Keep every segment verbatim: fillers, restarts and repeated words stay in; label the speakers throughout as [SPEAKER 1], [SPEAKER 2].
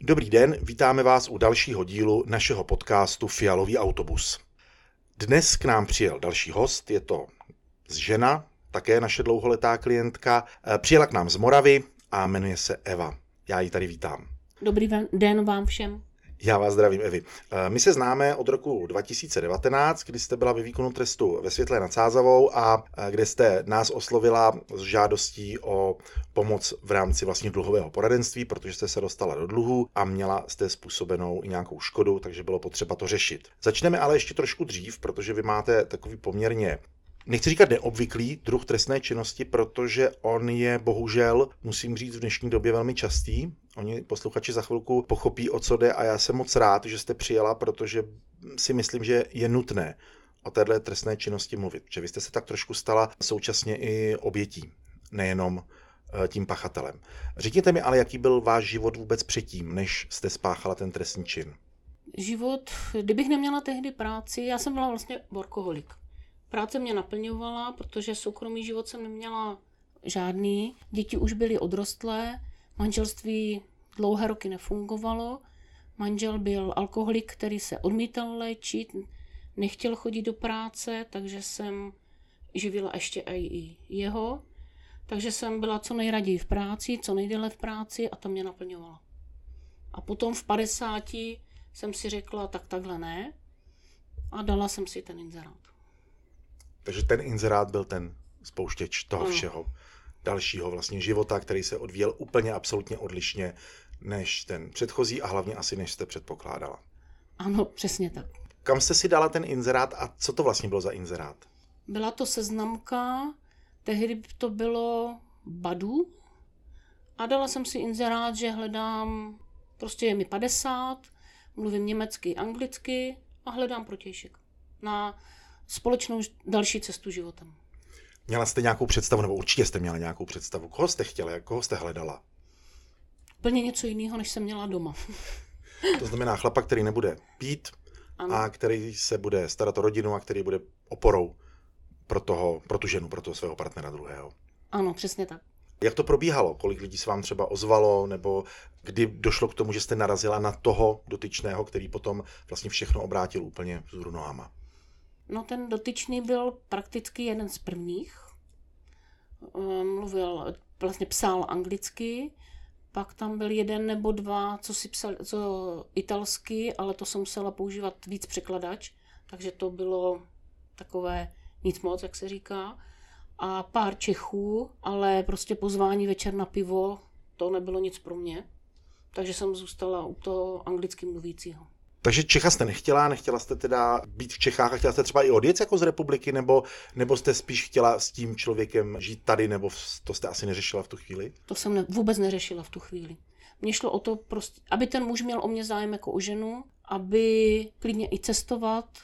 [SPEAKER 1] Dobrý den, vítáme vás u dalšího dílu našeho podcastu Fialový autobus. Dnes k nám přijel další host, je to žena, také naše dlouholetá klientka. Přijela k nám z Moravy a jmenuje se Eva. Já ji tady vítám.
[SPEAKER 2] Dobrý den vám všem.
[SPEAKER 1] Já vás zdravím, Evi. My se známe od roku dva tisíce devatenáct, kdy jste byla ve výkonu trestu ve Světlé nad Sázavou a kde jste nás oslovila s žádostí o pomoc v rámci vlastně dluhového poradenství, protože jste se dostala do dluhu a měla jste způsobenou i nějakou škodu, takže bylo potřeba to řešit. Začneme ale ještě trošku dřív, protože vy máte takový poměrně, nechci říkat neobvyklý druh trestné činnosti, protože on je bohužel, musím říct, v dnešní době velmi častý. Oni posluchači za chvilku pochopí, o co jde, a já jsem moc rád, že jste přijela, protože si myslím, že je nutné o téhle trestné činnosti mluvit. Že vy jste se tak trošku stala současně i obětí, nejenom tím pachatelem. Řekněte mi ale, jaký byl váš život vůbec předtím, než jste spáchala ten trestný čin?
[SPEAKER 2] Život, kdybych neměla tehdy práci, já jsem byla vlastně workoholik. Práce mě naplňovala, protože soukromý život jsem neměla žádný. Děti už byly odrostlé, manželství dlouhé roky nefungovalo. Manžel byl alkoholik, který se odmítal léčit, nechtěl chodit do práce, takže jsem živila ještě i jeho. Takže jsem byla co nejraději v práci, co nejdéle v práci a to mě naplňovala. A potom v padesáti jsem si řekla, tak takhle ne, a dala jsem si ten inzerát.
[SPEAKER 1] Takže ten inzerát byl ten spouštěč toho
[SPEAKER 2] ano.
[SPEAKER 1] všeho dalšího vlastně života, který se odvíjel úplně absolutně odlišně než ten předchozí a hlavně asi než jste předpokládala.
[SPEAKER 2] Ano, přesně tak.
[SPEAKER 1] Kam jste si dala ten inzerát a co to vlastně bylo za inzerát?
[SPEAKER 2] Byla to seznamka, tehdy to bylo Badu a dala jsem si inzerát, že hledám, prostě je mi padesát, mluvím německy, anglicky a hledám protějšek na společnou další cestu životem.
[SPEAKER 1] Měla jste nějakou představu, nebo určitě jste měla nějakou představu, koho jste chtěla, koho jste hledala?
[SPEAKER 2] Úplně něco jiného, než jsem měla doma.
[SPEAKER 1] To znamená chlapa, který nebude pít
[SPEAKER 2] Ano.
[SPEAKER 1] a který se bude starat o rodinu a který bude oporou pro, toho, pro tu ženu, pro toho svého partnera druhého.
[SPEAKER 2] Ano, přesně tak.
[SPEAKER 1] Jak to probíhalo? Kolik lidí se vám třeba ozvalo, nebo kdy došlo k tomu, že jste narazila na toho dotyčného, který potom vlastně všechno obrátil úplně vzhůru nohama?
[SPEAKER 2] No, ten dotyčný byl prakticky jeden z prvních. Mluvil, vlastně psal anglicky, pak tam byl jeden nebo dva, co si psal co italsky, ale to jsem musela používat víc překladač, takže to bylo takové nic moc, jak se říká. A pár Čechů, ale prostě pozvání večer na pivo, to nebylo nic pro mě. Takže jsem zůstala u toho anglicky mluvícího.
[SPEAKER 1] Takže Čecha jste nechtěla, nechtěla jste teda být v Čechách a chtěla jste třeba i odjet jako z republiky, nebo, nebo jste spíš chtěla s tím člověkem žít tady, nebo to jste asi neřešila v tu chvíli?
[SPEAKER 2] To jsem ne, vůbec neřešila v tu chvíli. Mně šlo o to, prostě, aby ten muž měl o mě zájem jako o ženu, aby klidně i cestovat,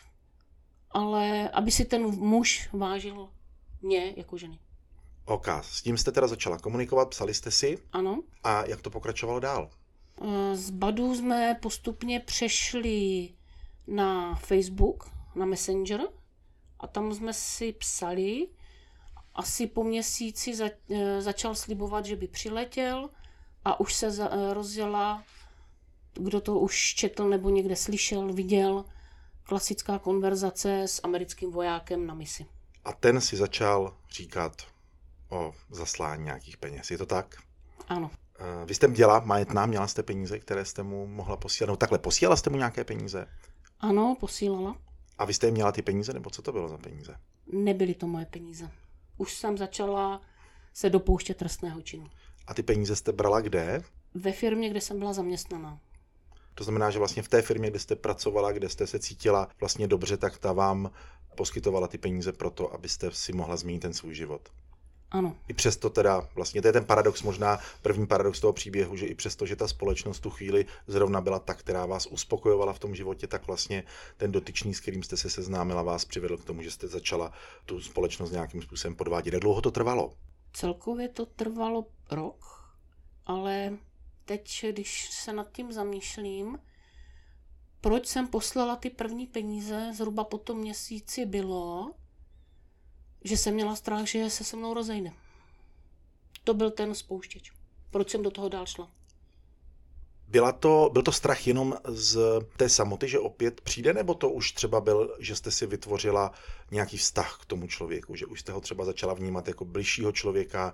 [SPEAKER 2] ale aby si ten muž vážil mě jako ženy.
[SPEAKER 1] OK, s tím jste teda začala komunikovat, psali jste si?
[SPEAKER 2] Ano.
[SPEAKER 1] A jak to pokračovalo dál?
[SPEAKER 2] Z Badu jsme postupně přešli na Facebook, na Messenger a tam jsme si psali. Asi po měsíci za, začal slibovat, že by přiletěl a už se za, rozjela, kdo to už četl nebo někde slyšel, viděl, klasická konverzace s americkým vojákem na misi.
[SPEAKER 1] A ten si začal říkat o zaslání nějakých peněz, je to tak?
[SPEAKER 2] Ano.
[SPEAKER 1] Vy jste dělala majetná, měla jste peníze, které jste mu mohla posílat, no takhle, posílala jste mu nějaké peníze?
[SPEAKER 2] Ano, posílala.
[SPEAKER 1] A vy jste jim měla ty peníze, nebo co to bylo za peníze?
[SPEAKER 2] Nebyly to moje peníze. Už jsem začala se dopouštět trestného činu.
[SPEAKER 1] A ty peníze jste brala kde?
[SPEAKER 2] Ve firmě, kde jsem byla zaměstnaná.
[SPEAKER 1] To znamená, že vlastně v té firmě, kde jste pracovala, kde jste se cítila vlastně dobře, tak ta vám poskytovala ty peníze pro to, abyste si mohla změnit ten svůj život.
[SPEAKER 2] Ano.
[SPEAKER 1] I přesto teda, vlastně to je ten paradox, možná první paradox toho příběhu, že i přesto, že ta společnost tu chvíli zrovna byla ta, která vás uspokojovala v tom životě, tak vlastně ten dotyčný, s kterým jste se seznámila, vás přivedl k tomu, že jste začala tu společnost nějakým způsobem podvádět. Jak dlouho to trvalo?
[SPEAKER 2] Celkově to trvalo rok, ale teď, když se nad tím zamýšlím, proč jsem poslala ty první peníze, zhruba po tom měsíci bylo, že jsem měla strach, že se se mnou rozejde. To byl ten spouštěč. Proč jsem do toho dál šla?
[SPEAKER 1] Byla to, byl to strach jenom z té samoty, že opět přijde, nebo to už třeba byl, že jste si vytvořila nějaký vztah k tomu člověku, že už jste ho třeba začala vnímat jako bližšího člověka,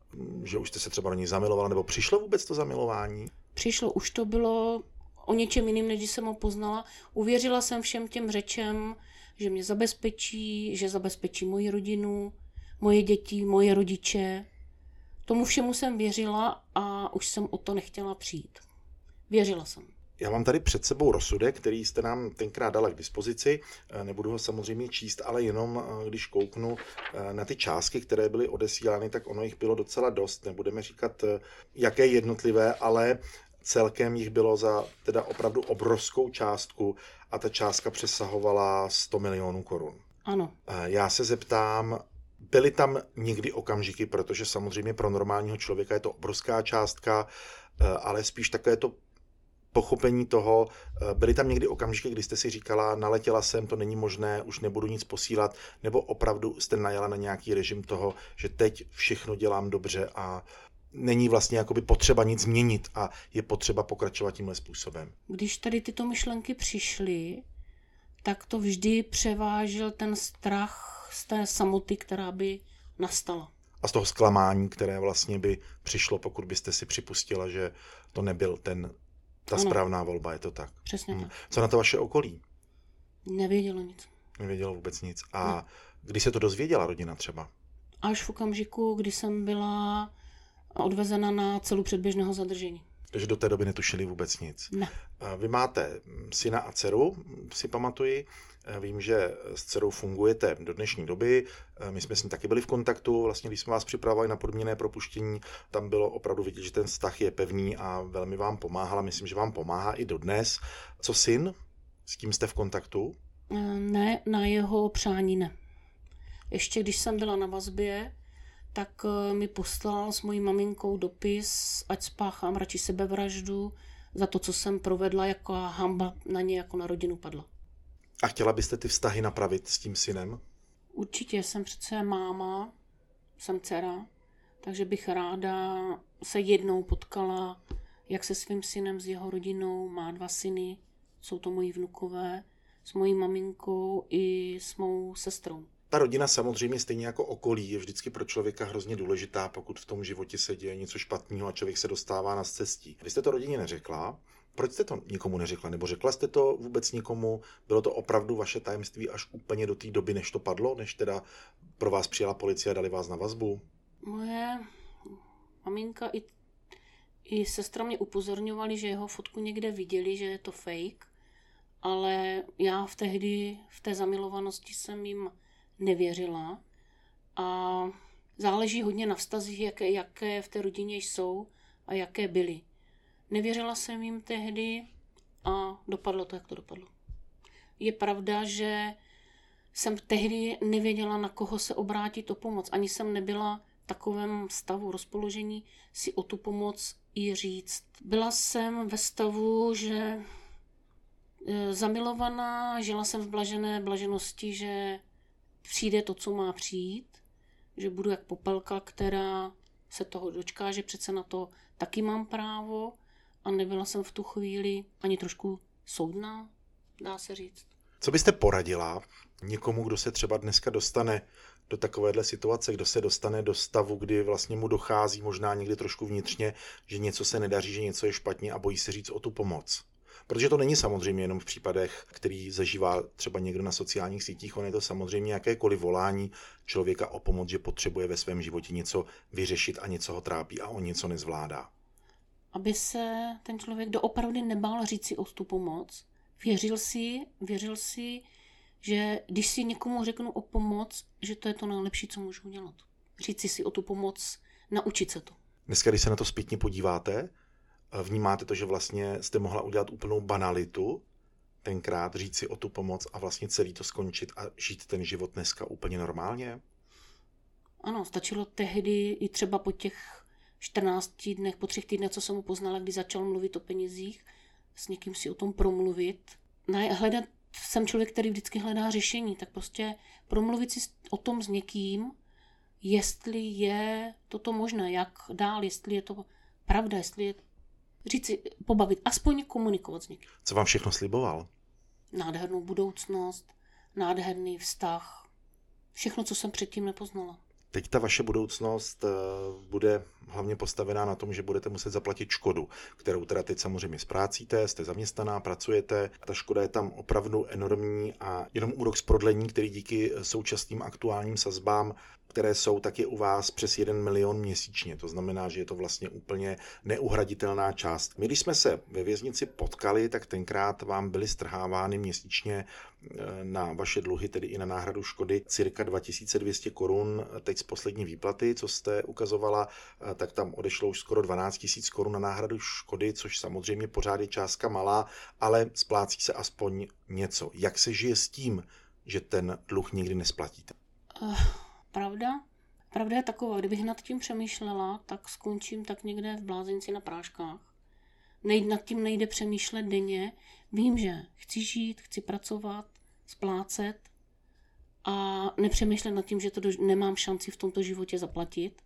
[SPEAKER 1] že už jste se třeba do něj zamilovala, nebo přišlo vůbec to zamilování?
[SPEAKER 2] Přišlo, už to bylo o něčem jiným, než když jsem ho poznala. Uvěřila jsem všem těm řečem, že mě zabezpečí, že zabezpečí moji rodinu, moje děti, moje rodiče. Tomu všemu jsem věřila a už jsem o to nechtěla přijít. Věřila jsem.
[SPEAKER 1] Já mám tady před sebou rozsudek, který jste nám tenkrát dala k dispozici. Nebudu ho samozřejmě číst, ale jenom když kouknu na ty částky, které byly odesílány, tak ono jich bylo docela dost. Nebudeme říkat, jaké jednotlivé, ale celkem jich bylo za teda opravdu obrovskou částku a ta částka přesahovala sto milionů korun.
[SPEAKER 2] Ano.
[SPEAKER 1] Já se zeptám, byly tam někdy okamžiky, protože samozřejmě pro normálního člověka je to obrovská částka, ale spíš takové to pochopení toho, byly tam někdy okamžiky, kdy jste si říkala, naletěla jsem, to není možné, už nebudu nic posílat, nebo opravdu jste najela na nějaký režim toho, že teď všechno dělám dobře a není vlastně jakoby potřeba nic změnit a je potřeba pokračovat tímhle způsobem?
[SPEAKER 2] Když tady tyto myšlenky přišly, tak to vždy převážil ten strach z té samoty, která by nastala.
[SPEAKER 1] A z toho zklamání, které vlastně by přišlo, pokud byste si připustila, že to nebyl ten, ta ano. správná volba, je to tak?
[SPEAKER 2] Přesně
[SPEAKER 1] hmm.
[SPEAKER 2] tak.
[SPEAKER 1] Co na to vaše okolí?
[SPEAKER 2] Nevědělo nic.
[SPEAKER 1] Nevědělo vůbec nic. A
[SPEAKER 2] ne.
[SPEAKER 1] Kdy se to dozvěděla rodina třeba?
[SPEAKER 2] Až v okamžiku, kdy jsem byla odvezena na celu předběžného zadržení.
[SPEAKER 1] Takže do té doby netušili vůbec nic.
[SPEAKER 2] Ne.
[SPEAKER 1] Vy máte syna a dceru, si pamatuji. Vím, že s dcerou fungujete do dnešní doby. My jsme s ní taky byli v kontaktu. Vlastně, když jsme vás připravovali na podmíněné propuštění, tam bylo opravdu vidět, že ten vztah je pevný a velmi vám pomáhala. Myslím, že vám pomáhá i dodnes. Co syn? S kým jste v kontaktu?
[SPEAKER 2] Ne, na jeho přání ne. Ještě když jsem byla na vazbě, tak mi poslal s mojí maminkou dopis, ať spáchám radši sebevraždu za to, co jsem provedla, jako hanba na ně jako na rodinu padla.
[SPEAKER 1] A chtěla byste ty vztahy napravit s tím synem?
[SPEAKER 2] Určitě, jsem přece máma, jsem dcera, takže bych ráda se jednou potkala, jak se svým synem, s jeho rodinou, má dva syny, jsou to moji vnukové, s mojí maminkou i s mou sestrou.
[SPEAKER 1] Ta rodina samozřejmě stejně jako okolí je vždycky pro člověka hrozně důležitá, pokud v tom životě se děje něco špatného a člověk se dostává na cestí. Vy jste to rodině neřekla. Proč jste to nikomu neřekla? Nebo řekla jste to vůbec nikomu? Bylo to opravdu vaše tajemství až úplně do té doby, než to padlo? Než teda pro vás přijela policie a dali vás na vazbu?
[SPEAKER 2] Moje maminka i, i sestra mě upozorňovali, že jeho fotku někde viděli, že je to fake, ale já v tehdy, v té zamilovanosti jsem jim nevěřila a záleží hodně na vztazích, jaké, jaké v té rodině jsou a jaké byly. Nevěřila jsem jim tehdy a dopadlo to, jak to dopadlo. Je pravda, že jsem tehdy nevěděla, na koho se obrátit o pomoc. Ani jsem nebyla v takovém stavu rozpoložení si o tu pomoc i říct. Byla jsem ve stavu, že zamilovaná, žila jsem v blažené blaženosti, že přijde to, co má přijít, že budu jak popelka, která se toho dočká, že přece na to taky mám právo a nebyla jsem v tu chvíli ani trošku soudná, dá se říct.
[SPEAKER 1] Co byste poradila někomu, kdo se třeba dneska dostane do takovéhle situace, kdo se dostane do stavu, kdy vlastně mu dochází možná někdy trošku vnitřně, že něco se nedaří, že něco je špatně a bojí se říct o tu pomoc? Protože to není samozřejmě jenom v případech, který zažívá třeba někdo na sociálních sítích, on je to samozřejmě jakékoliv volání člověka o pomoc, že potřebuje ve svém životě něco vyřešit a něco ho trápí a on něco nezvládá.
[SPEAKER 2] Aby se ten člověk doopravdy nebál říct si o tu pomoc, věřil si, věřil si, že když si někomu řeknu o pomoc, že to je to nejlepší, co můžu udělat. Říci si o tu pomoc, naučit se to.
[SPEAKER 1] Dneska, když se na to zpětně podíváte, vnímáte to, že vlastně jste mohla udělat úplnou banalitu, tenkrát říct si o tu pomoc a vlastně celý to skončit a žít ten život dneska úplně normálně?
[SPEAKER 2] Ano, stačilo tehdy i třeba po těch čtrnácti dnech, po třech týdnech, co jsem ho poznala, kdy začal mluvit o penězích, s někým si o tom promluvit. Ne, hledat, jsem člověk, který vždycky hledá řešení, tak prostě promluvit si o tom s někým, jestli je toto možné, jak dál, jestli je to pravda, jestli je říct si, pobavit, aspoň komunikovat s někým.
[SPEAKER 1] Co vám všechno sliboval?
[SPEAKER 2] Nádhernou budoucnost, nádherný vztah, všechno, co jsem předtím nepoznala.
[SPEAKER 1] Teď ta vaše budoucnost bude hlavně postavená na tom, že budete muset zaplatit škodu, kterou teda teď samozřejmě splácíte, jste zaměstnaná, pracujete. Ta škoda je tam opravdu enormní a jenom úrok z prodlení, který díky současným aktuálním sazbám, které jsou, tak je u vás přes jeden milion měsíčně. To znamená, že je to vlastně úplně neuhraditelná část. My, když jsme se ve věznici potkali, tak tenkrát vám byly strhávány měsíčně na vaše dluhy, tedy i na náhradu škody, cirka dva tisíce dvě stě korun. Teď z poslední výplaty, co jste ukazovala, tak tam odešlo už skoro dvanáct tisíc korun na náhradu škody, což samozřejmě pořád je částka malá, ale splácí se aspoň něco. Jak se žije s tím, že ten dluh nikdy nesplatíte?
[SPEAKER 2] Uh, pravda? Pravda je taková, kdybych nad tím přemýšlela, tak skončím tak někde v blázinci na práškách. Nejde, nad tím nejde přemýšlet denně. Vím, že chci žít, chci pracovat, splácet a nepřemýšlet nad tím, že to do, nemám šanci v tomto životě zaplatit,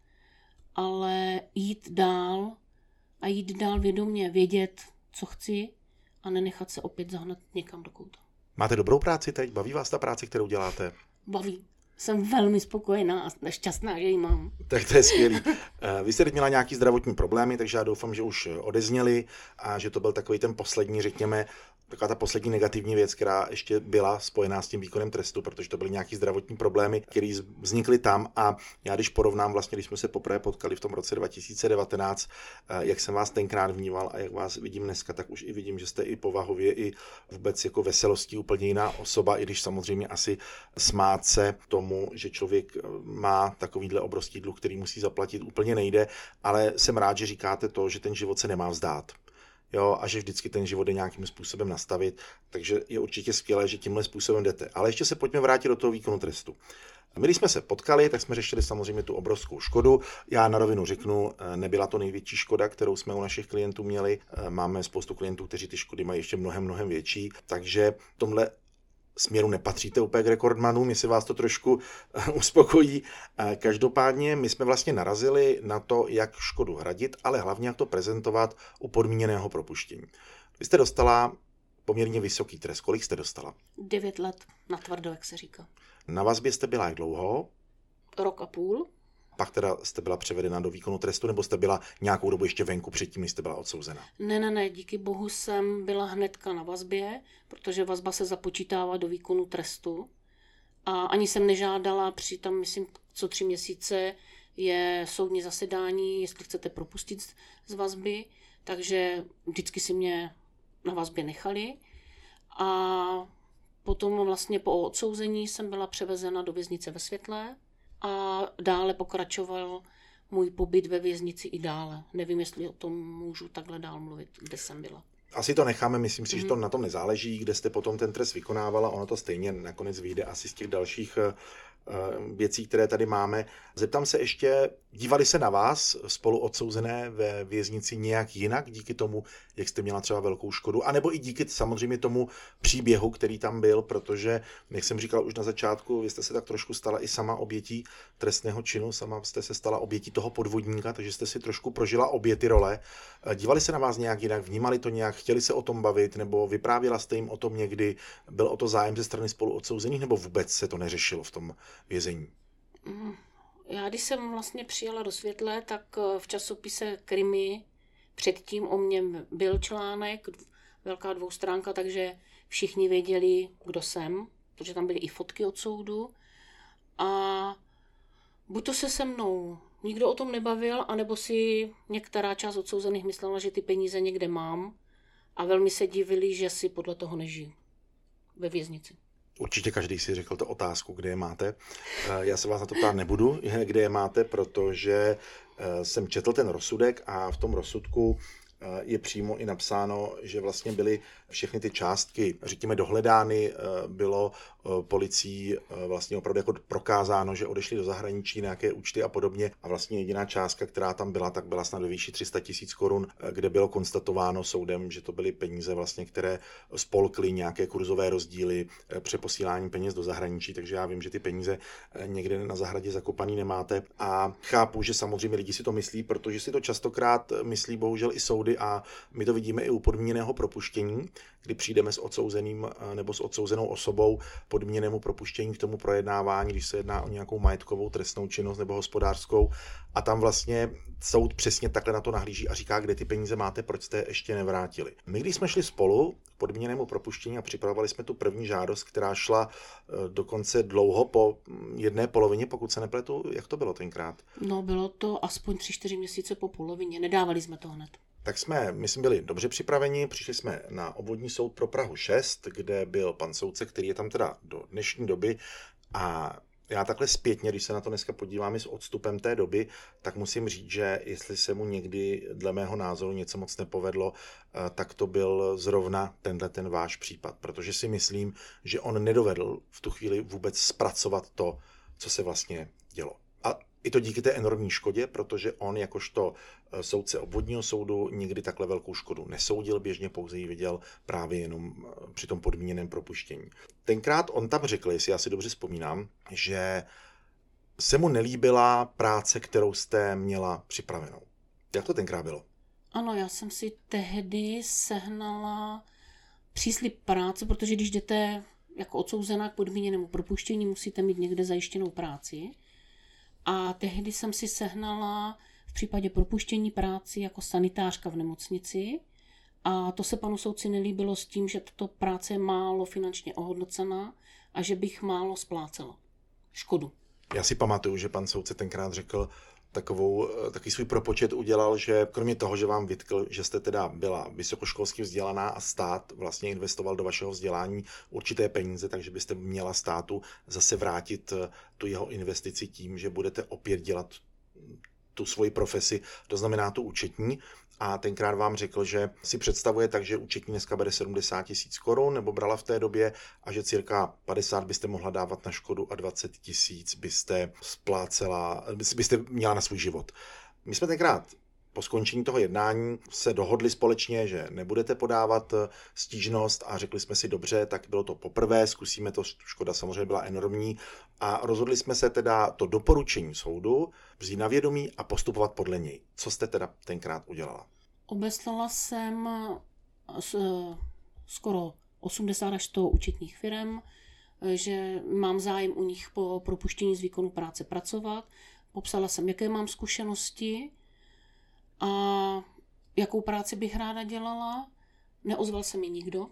[SPEAKER 2] ale jít dál a jít dál vědomě, vědět, co chci a nenechat se opět zahnat někam do kouta.
[SPEAKER 1] Máte dobrou práci teď? Baví vás ta práce, kterou děláte?
[SPEAKER 2] Baví. Jsem velmi spokojená a šťastná, že ji mám.
[SPEAKER 1] Tak to je skvělý. Vy jste teď měla nějaký zdravotní problémy, takže já doufám, že už odezněli a že to byl takový ten poslední, řekněme, taková ta poslední negativní věc, která ještě byla spojená s tím výkonem trestu, protože to byly nějaký zdravotní problémy, které vznikly tam a já když porovnám vlastně, když jsme se poprvé potkali v tom roce dva tisíce devatenáct, jak jsem vás tenkrát vnímal a jak vás vidím dneska, tak už i vidím, že jste i povahově, i vůbec jako veselostí úplně jiná osoba, i když samozřejmě asi smát se tomu, že člověk má takovýhle obrovský dluh, který musí zaplatit, úplně nejde, ale jsem rád, že říkáte to, že ten život se nemá vzdát. Jo, a že vždycky ten život je nějakým způsobem nastavit, takže je určitě skvělé, že tímhle způsobem jdete. Ale ještě se pojďme vrátit do toho výkonu trestu. My, když jsme se potkali, tak jsme řešili samozřejmě tu obrovskou škodu. Já na rovinu řeknu, nebyla to největší škoda, kterou jsme u našich klientů měli. Máme spoustu klientů, kteří ty škody mají ještě mnohem, mnohem větší, takže v tomhle směru nepatříte úplně k rekordmanům, jestli vás to trošku uspokojí. Každopádně my jsme vlastně narazili na to, jak škodu hradit, ale hlavně jak to prezentovat u podmíněného propuštění. Vy jste dostala poměrně vysoký trest. Kolik jste dostala?
[SPEAKER 2] Devět let na tvrdo, jak se říká.
[SPEAKER 1] Na vazbě jste byla jak dlouho?
[SPEAKER 2] Rok a půl.
[SPEAKER 1] Pak teda jste byla převedena do výkonu trestu, nebo jste byla nějakou dobu ještě venku předtím, než jste byla odsouzena?
[SPEAKER 2] Ne, ne, ne, díky bohu jsem byla hnedka na vazbě, protože vazba se započítává do výkonu trestu. A ani jsem nežádala, při tam, myslím, co tři měsíce je soudní zasedání, jestli chcete propustit z vazby, takže vždycky si mě na vazbě nechali. A potom vlastně po odsouzení jsem byla převezena do věznice ve Světlé, a dále pokračoval můj pobyt ve věznici i dále. Nevím, jestli o tom můžu takhle dál mluvit, kde jsem byla.
[SPEAKER 1] Asi to necháme, myslím si, mm. že to
[SPEAKER 2] Mhm.
[SPEAKER 1] na tom nezáleží, kde jste potom ten trest vykonávala, ono to stejně nakonec vyjde asi z těch dalších uh, věcí, které tady máme. Zeptám se ještě, dívali se na vás spolu odsouzené ve věznici nějak jinak díky tomu, jak jste měla třeba velkou škodu, anebo i díky samozřejmě tomu příběhu, který tam byl, protože, jak jsem říkal už na začátku, vy jste se tak trošku stala i sama obětí trestného činu, sama jste se stala obětí toho podvodníka, takže jste si trošku prožila obě ty role. Dívali se na vás nějak jinak, vnímali to nějak, chtěli se o tom bavit, nebo vyprávěla jste jim o tom někdy, byl o to zájem ze strany spoluodsouzených, nebo vůbec se to neřešilo v tom vězení?
[SPEAKER 2] Já když jsem vlastně přijela do Světlé, tak v časopise Krimi předtím o mě byl článek, velká dvoustránka, takže všichni věděli, kdo jsem, protože tam byly i fotky od soudu. A buď to se se mnou nikdo o tom nebavil, anebo si některá část odsouzených myslela, že ty peníze někde mám a velmi se divili, že si podle toho nežiju ve věznici.
[SPEAKER 1] Určitě každý si řekl tu otázku, kde je máte. Já se vás na to ptát nebudu, kde je máte, protože jsem četl ten rozsudek a v tom rozsudku je přímo i napsáno, že vlastně byly všechny ty částky, řekněme, dohledány, bylo policií vlastně opravdu jako prokázáno, že odešli do zahraničí nějaké účty a podobně a vlastně jediná částka, která tam byla, tak byla snad ve výši tři sta tisíc korun, kde bylo konstatováno soudem, že to byly peníze vlastně, které spolkly nějaké kurzové rozdíly, přeposílání peněz do zahraničí, takže já vím, že ty peníze někde na zahradě zakopaný nemáte a chápu, že samozřejmě lidi si to myslí, protože si to častokrát myslí bohužel i soudy škody a my to vidíme i u podmíněného propuštění, kdy přijdeme s odsouzeným nebo s odsouzenou osobou podmíněnému propuštění k tomu projednávání, když se jedná o nějakou majetkovou trestnou činnost nebo hospodářskou a tam vlastně soud přesně takhle na to nahlíží a říká, kde ty peníze máte, proč jste je ještě nevrátili. My, když jsme šli spolu k podmíněnému propuštění a připravovali jsme tu první žádost, která šla dokonce dlouho po jedné polovině, pokud se nepletu, jak to bylo tenkrát?
[SPEAKER 2] No, bylo to aspoň tři čtyři měsíce po polovině, nedávali jsme to hned.
[SPEAKER 1] Tak jsme, myslím, byli dobře připraveni, přišli jsme na obvodní soud pro Prahu šest, kde byl pan soudce, který je tam teda do dnešní doby a já takhle zpětně, když se na to dneska podívám s odstupem té doby, tak musím říct, že jestli se mu někdy dle mého názoru něco moc nepovedlo, tak to byl zrovna tenhle ten váš případ, protože si myslím, že on nedovedl v tu chvíli vůbec zpracovat to, co se vlastně dělo. A i to díky té enormní škodě, protože on jakožto soudce obvodního soudu nikdy takhle velkou škodu nesoudil, běžně pouze ji viděl právě jenom při tom podmíněném propuštění. Tenkrát on tam řekl, jestli já si dobře vzpomínám, že se mu nelíbila práce, kterou jste měla připravenou. Jak to tenkrát bylo?
[SPEAKER 2] Ano, já jsem si tehdy sehnala příslib práce, protože když jdete jako odsouzená k podmíněnému propuštění, musíte mít někde zajištěnou práci. A tehdy jsem si sehnala v případě propuštění práci jako sanitářka v nemocnici a to se panu soudci nelíbilo s tím, že tato práce je málo finančně ohodnocená a že bych málo splácela škodu.
[SPEAKER 1] Já si pamatuju, že pan soudce tenkrát řekl, takovou, takový svůj propočet udělal, že kromě toho, že vám vytkl, že jste teda byla vysokoškolsky vzdělaná a stát vlastně investoval do vašeho vzdělání určité peníze, takže byste měla státu zase vrátit tu jeho investici tím, že budete opět dělat tu svoji profesi, to znamená tu účetní. A tenkrát vám řekl, že si představuje tak, že účetní dneska bere sedmdesát tisíc korun, nebo brala v té době, a že cirka padesát byste mohla dávat na škodu a dvacet tisíc byste splácela, byste měla na svůj život. My jsme tenkrát po skončení toho jednání se dohodli společně, že nebudete podávat stížnost a řekli jsme si dobře, tak bylo to poprvé, zkusíme to, škoda samozřejmě byla enormní a rozhodli jsme se teda to doporučení soudu vzít na vědomí a postupovat podle něj. Co jste teda tenkrát udělala?
[SPEAKER 2] Obeslala jsem skoro osmdesát až sto účetních firem, že mám zájem u nich po propuštění z výkonu práce pracovat. Popsala jsem, jaké mám zkušenosti a jakou práci bych ráda dělala. Neozval se mi nikdo.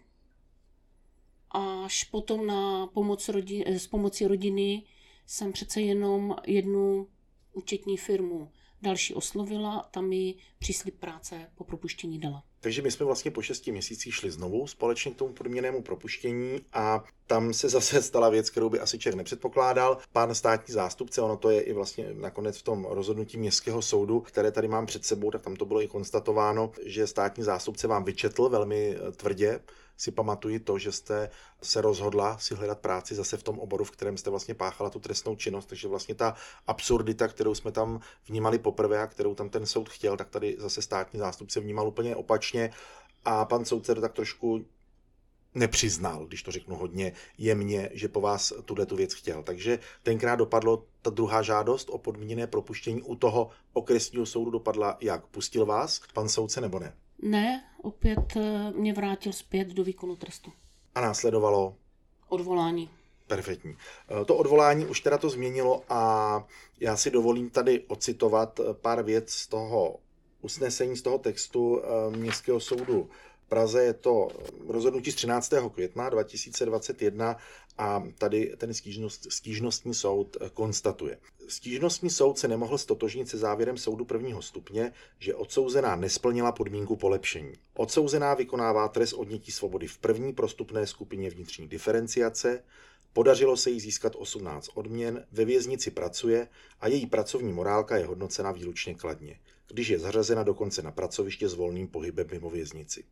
[SPEAKER 2] Až potom na pomoc rodi, s pomocí rodiny jsem přece jenom jednu účetní firmu další oslovila, tam mi příslib práce po propuštění dala.
[SPEAKER 1] Takže my jsme vlastně po šesti měsících šli znovu společně k tomu podmíněnému propuštění a tam se zase stala věc, kterou by asi člověk nepředpokládal. Pán státní zástupce, ono to je i vlastně nakonec v tom rozhodnutí městského soudu, které tady mám před sebou, tak tam to bylo i konstatováno, že státní zástupce vám vyčetl velmi tvrdě. Si pamatuji to, že jste se rozhodla si hledat práci zase v tom oboru, v kterém jste vlastně páchala tu trestnou činnost, takže vlastně ta absurdita, kterou jsme tam vnímali poprvé a kterou tam ten soud chtěl, tak tady zase státní zástupce vnímal úplně opačně a pan soudce to tak trošku nepřiznal, když to řeknu hodně jemně, že po vás tuhletu věc chtěl. Takže tenkrát dopadlo ta druhá žádost o podmíněné propuštění u toho okresního soudu dopadla jak? Pustil vás pan soudce nebo ne?
[SPEAKER 2] Ne, opět mě vrátil zpět do výkonu trestu.
[SPEAKER 1] A následovalo?
[SPEAKER 2] Odvolání.
[SPEAKER 1] Perfektní. To odvolání už teda to změnilo a já si dovolím tady ocitovat pár věc z toho usnesení, z toho textu Městského soudu v Praze. Je to rozhodnutí z třináctého května dva tisíce dvacet jedna a tady ten stížnost, stížnostní soud konstatuje. Stížnostní soud se nemohl ztotožnit se závěrem soudu prvního stupně, že odsouzená nesplnila podmínku polepšení. Odsouzená vykonává trest odnětí svobody v první prostupné skupině vnitřní diferenciace, podařilo se jí získat osmnáct odměn, ve věznici pracuje a její pracovní morálka je hodnocena výlučně kladně, když je zařazena dokonce na pracoviště s volným pohybem mimo věznici.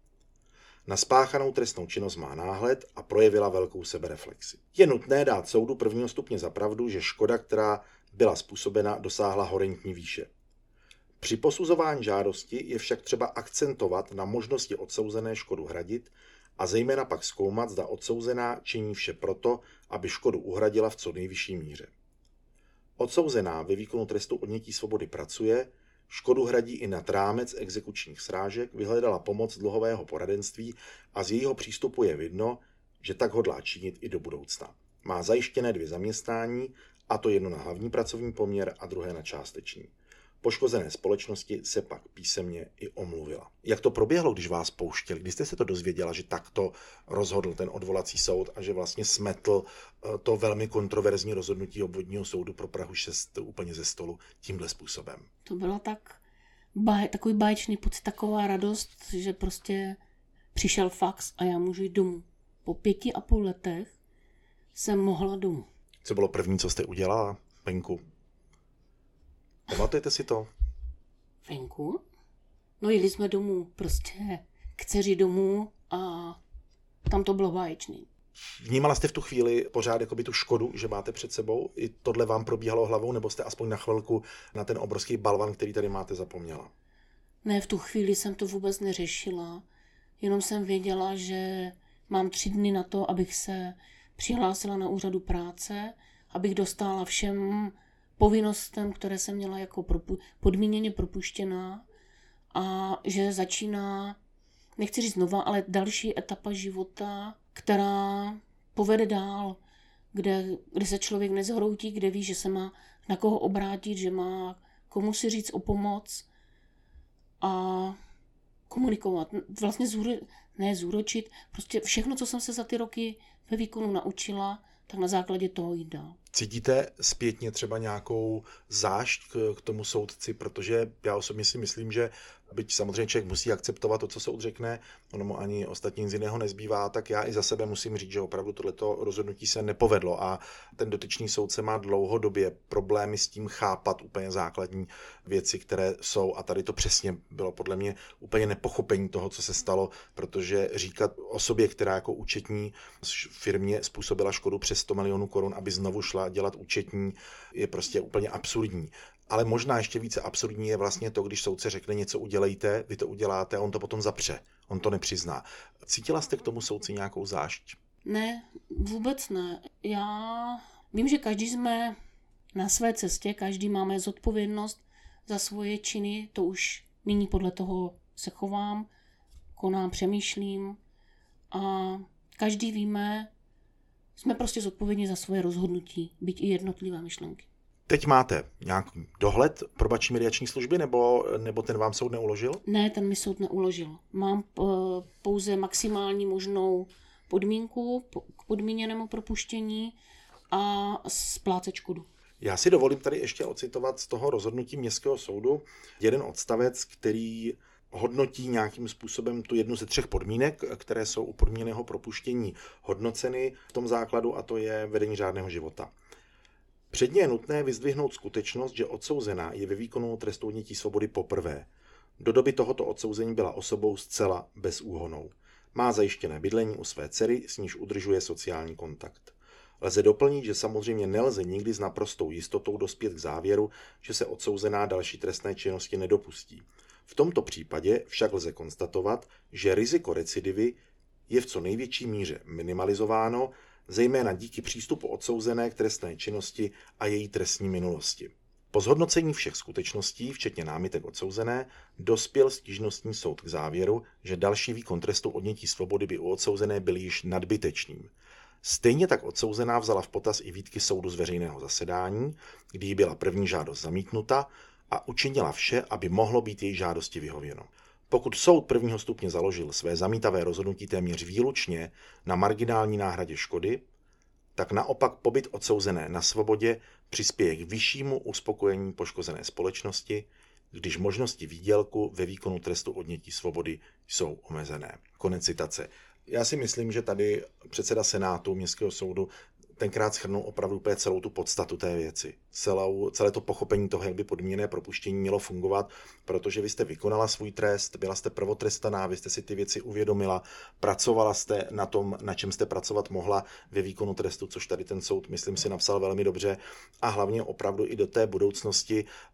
[SPEAKER 1] Na spáchanou trestnou činnost má náhled a projevila velkou sebereflexi. Je nutné dát soudu prvního stupně za pravdu, že škoda, která byla způsobena, dosáhla horentní výše. Při posuzování žádosti je však třeba akcentovat na možnosti odsouzené škodu hradit a zejména pak zkoumat, zda odsouzená činí vše proto, aby škodu uhradila v co nejvyšší míře. Odsouzená ve výkonu trestu odnětí svobody pracuje, Škodu hradí i nad rámec exekučních srážek, vyhledala pomoc dluhového poradenství a z jejího přístupu je vidno, že tak hodlá činit i do budoucna. Má zajištěné dvě zaměstnání, a to jedno na hlavní pracovní poměr a druhé na částečný. Poškozené společnosti se pak písemně i omluvila. Jak to proběhlo, když vás pouštěli? Když jste se to dozvěděla, že takto rozhodl ten odvolací soud a že vlastně smetl to velmi kontroverzní rozhodnutí obvodního soudu pro Prahu šest úplně ze stolu tímhle způsobem?
[SPEAKER 2] To bylo tak baj, takový báječný pocit, taková radost, že prostě přišel fax a já můžu jít domů. Po pěti a půl letech jsem mohla domů.
[SPEAKER 1] Co bylo první, co jste udělala venku? Pamatujete si to?
[SPEAKER 2] Venku? No jeli jsme domů, prostě k dceři domů a tam to bylo báječný.
[SPEAKER 1] Vnímala jste v tu chvíli pořád jakoby tu škodu, že máte před sebou? I tohle vám probíhalo hlavou, nebo jste aspoň na chvilku na ten obrovský balvan, který tady máte, zapomněla?
[SPEAKER 2] Ne, v tu chvíli jsem to vůbec neřešila. Jenom jsem věděla, že mám tři dny na to, abych se přihlásila na úřadu práce, abych dostala všem povinnostem, které jsem měla jako propu- podmíněně propuštěná, a že začíná, nechci říct znova, ale další etapa života, která povede dál, kde, kde se člověk nezhroutí, kde ví, že se má na koho obrátit, že má komu si říct o pomoc a komunikovat. Vlastně zúro, ne zúročit, prostě všechno, co jsem se za ty roky ve výkonu naučila, tak na základě toho jít dál.
[SPEAKER 1] Cítíte zpětně třeba nějakou zášť k, k tomu soudci, protože já osobně si myslím, že byť samozřejmě člověk musí akceptovat to, co soud řekne, ono mu ani ostatní nic jiného nezbývá, tak já i za sebe musím říct, že opravdu tohleto rozhodnutí se nepovedlo a ten dotyčný soudce má dlouhodobě problémy s tím chápat úplně základní věci, které jsou, a tady to přesně bylo podle mě úplně nepochopení toho, co se stalo, protože říkat osobě, která jako účetní firmě způsobila škodu přes sto milionů korun, aby znovu šla dělat účetní, je prostě úplně absurdní. Ale možná ještě více absurdní je vlastně to, když soudce řekne něco udělejte, vy to uděláte a on to potom zapře. On to nepřizná. Cítila jste k tomu soudci nějakou zášť?
[SPEAKER 2] Ne, vůbec ne. Já vím, že každý jsme na své cestě, každý máme zodpovědnost za svoje činy, to už nyní podle toho se chovám, konám, přemýšlím a každý víme, jsme prostě zodpovědní za svoje rozhodnutí, byť i jednotlivé myšlenky.
[SPEAKER 1] Teď máte nějaký dohled probační mediační služby, nebo, nebo ten vám soud neuložil?
[SPEAKER 2] Ne, ten mi soud neuložil. Mám pouze maximální možnou podmínku k podmíněnému propuštění a splácet škodu.
[SPEAKER 1] Já si dovolím tady ještě ocitovat z toho rozhodnutí Městského soudu jeden odstavec, který hodnotí nějakým způsobem tu jednu ze třech podmínek, které jsou u podmíněného propuštění hodnoceny v tom základu, a to je vedení řádného života. Předně je nutné vyzdvihnout skutečnost, že odsouzená je ve výkonu trestu odnětí svobody poprvé. Do doby tohoto odsouzení byla osobou zcela bezúhonnou. Má zajištěné bydlení u své dcery, s níž udržuje sociální kontakt. Lze doplnit, že samozřejmě nelze nikdy s naprostou jistotou dospět k závěru, že se odsouzená další trestné činnosti nedopustí. V tomto případě však lze konstatovat, že riziko recidivy je v co největší míře minimalizováno, zejména díky přístupu odsouzené k trestné činnosti a její trestní minulosti. Po zhodnocení všech skutečností, včetně námitek odsouzené, dospěl stížnostní soud k závěru, že další výkon trestu odnětí svobody by u odsouzené byl již nadbytečným. Stejně tak odsouzená vzala v potaz i výtky soudu z veřejného zasedání, kdy jí byla první žádost zamítnuta, a učinila vše, aby mohlo být její žádosti vyhověno. Pokud soud prvního stupně založil své zamítavé rozhodnutí téměř výlučně na marginální náhradě škody, tak naopak pobyt odsouzené na svobodě přispěje k vyššímu uspokojení poškozené společnosti, když možnosti výdělku ve výkonu trestu odnětí svobody jsou omezené. Konec citace. Já si myslím, že tady předseda Senátu Městského soudu tenkrát shrnul opravdu úplně celou tu podstatu té věci. Celou, celé to pochopení toho, jak by podmíněné propuštění mělo fungovat, protože vy jste vykonala svůj trest, byla jste prvotrestaná, vy jste si ty věci uvědomila, pracovala jste na tom, na čem jste pracovat mohla ve výkonu trestu, což tady ten soud, myslím si, napsal velmi dobře, a hlavně opravdu i do té budoucnosti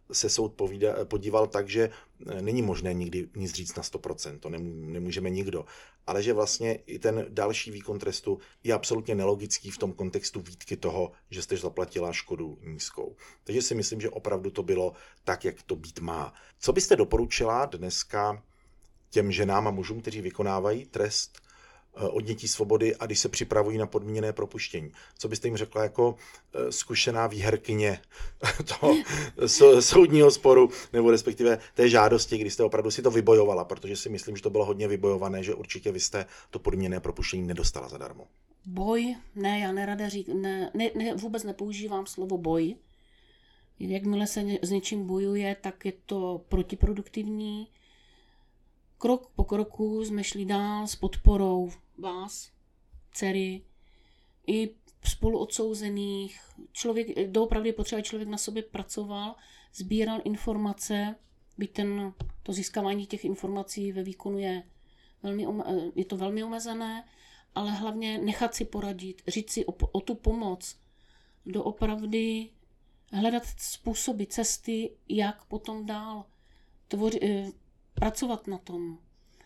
[SPEAKER 1] se soud povída, podíval tak, že není možné nikdy nic říct na sto procent, to nemůžeme nikdo, ale že vlastně i ten další výkon trestu je absolutně nelogický v tom kontextu výtky toho, že jste zaplatila škodu nízkou. Takže si myslím, že opravdu to bylo tak, jak to být má. Co byste doporučila dneska těm ženám a mužům, kteří vykonávají trest odnětí svobody a když se připravují na podmíněné propuštění? Co byste jim řekla jako zkušená výherkyně toho soudního sporu, nebo respektive té žádosti, kdy jste opravdu si to vybojovala, protože si myslím, že to bylo hodně vybojované, že určitě vy jste to podmíněné propuštění nedostala zadarmo.
[SPEAKER 2] Boj? Ne, já nerada řík, ne, ne, ne, vůbec nepoužívám slovo boj. Jakmile se s něčím bojuje, tak je to protiproduktivní. Krok po kroku jsme šli dál s podporou vás, dcery, i spoluodsouzených. Člověk, doopravdy potřeba, člověk na sobě pracoval, sbíral informace, byť ten, to získávání těch informací ve výkonu je, velmi, je to velmi omezené, ale hlavně nechat si poradit, říct si o, o tu pomoc, doopravdy hledat způsoby, cesty, jak potom dál tvořit, pracovat na tom,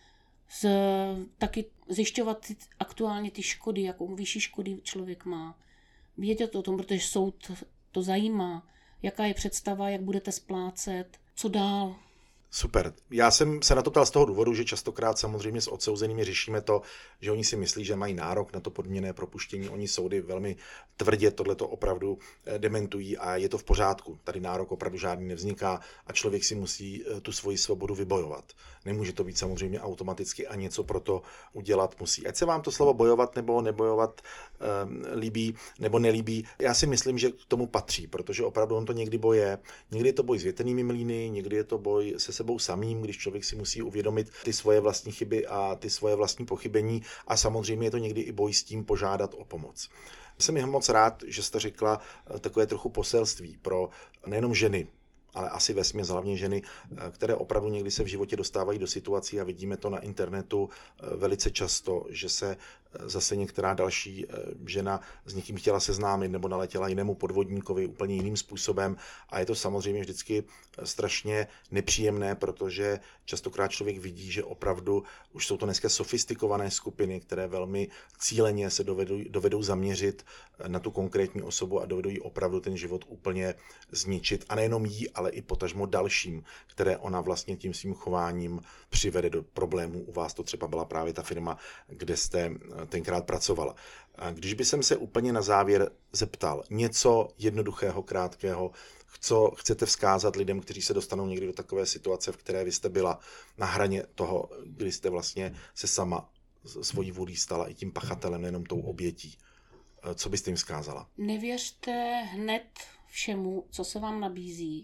[SPEAKER 2] z, taky zjišťovat ty, aktuálně ty škody, jakou vyšší škody člověk má. Vědět o tom, protože soud to zajímá, jaká je představa, jak budete splácet, co dál.
[SPEAKER 1] Super. Já jsem se na to ptal z toho důvodu, že častokrát samozřejmě s odsouzenými řešíme to, že oni si myslí, že mají nárok na to podmíněné propuštění. Oni soudy velmi tvrdě tohleto opravdu dementují a je to v pořádku. Tady nárok opravdu žádný nevzniká a člověk si musí tu svoji svobodu vybojovat. Nemůže to být samozřejmě automaticky a něco pro to udělat musí. Ať se vám to slovo bojovat nebo nebojovat um, líbí nebo nelíbí, já si myslím, že k tomu patří, protože opravdu on to někdy boje. Někdy je to boj s větrnými mlýny, někdy je to boj se sebou samým, když člověk si musí uvědomit ty svoje vlastní chyby a ty svoje vlastní pochybení a samozřejmě je to někdy i boj s tím požádat o pomoc. Jsem moc rád, že jste řekla takové trochu poselství pro nejenom ženy, ale asi vesměs hlavně ženy, které opravdu někdy se v životě dostávají do situací a vidíme to na internetu velice často, že se zase některá další žena s někým chtěla seznámit nebo naletěla jinému podvodníkovi úplně jiným způsobem a je to samozřejmě vždycky strašně nepříjemné, protože častokrát člověk vidí, že opravdu už jsou to dneska sofistikované skupiny, které velmi cíleně se dovedou, dovedou zaměřit na tu konkrétní osobu a dovedou jí opravdu ten život úplně zničit a nejenom jí, ale i potažmo dalším, které ona vlastně tím svým chováním přivede do problémů. U vás to třeba byla právě ta firma, kde jste tenkrát pracovala. Když by jsem se úplně na závěr zeptal něco jednoduchého, krátkého, co chcete vzkázat lidem, kteří se dostanou někdy do takové situace, v které vy jste byla na hraně toho, kdy jste vlastně se sama svojí vůlí stala i tím pachatelem, nejenom tou obětí. Co byste jim vzkázala?
[SPEAKER 2] Nevěřte hned všemu, co se vám nabízí.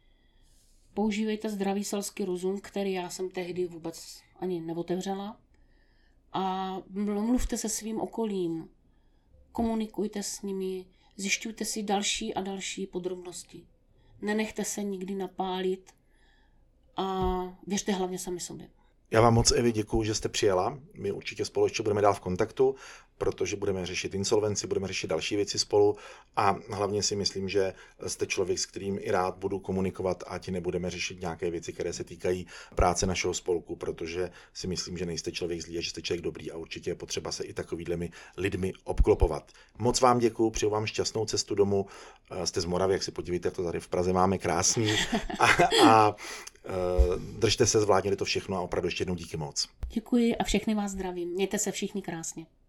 [SPEAKER 2] Používejte zdravý selský rozum, který já jsem tehdy vůbec ani neotevřela. A mluvte se svým okolím. Komunikujte s nimi, zjišťujte si další a další podrobnosti. Nenechte se nikdy napálit a věřte hlavně sami sobě.
[SPEAKER 1] Já vám moc, Evi, děkuju, že jste přijela. My určitě spolu ještě budeme dál v kontaktu, protože budeme řešit insolvenci, budeme řešit další věci spolu a hlavně si myslím, že jste člověk, s kterým i rád budu komunikovat a ti nebudeme řešit nějaké věci, které se týkají práce našeho spolku, protože si myslím, že nejste člověk zlý a že jste člověk dobrý a určitě je potřeba se i takovými lidmi obklopovat. Moc vám děkuju, přeju vám šťastnou cestu domů. Jste z Moravy, jak si podívejte, to tady v Praze máme krásný a, a držte se, zvládněte to všechno a opravdu ještě jednou díky moc.
[SPEAKER 2] Děkuji a všechny vás zdravím. Mějte se všichni krásně.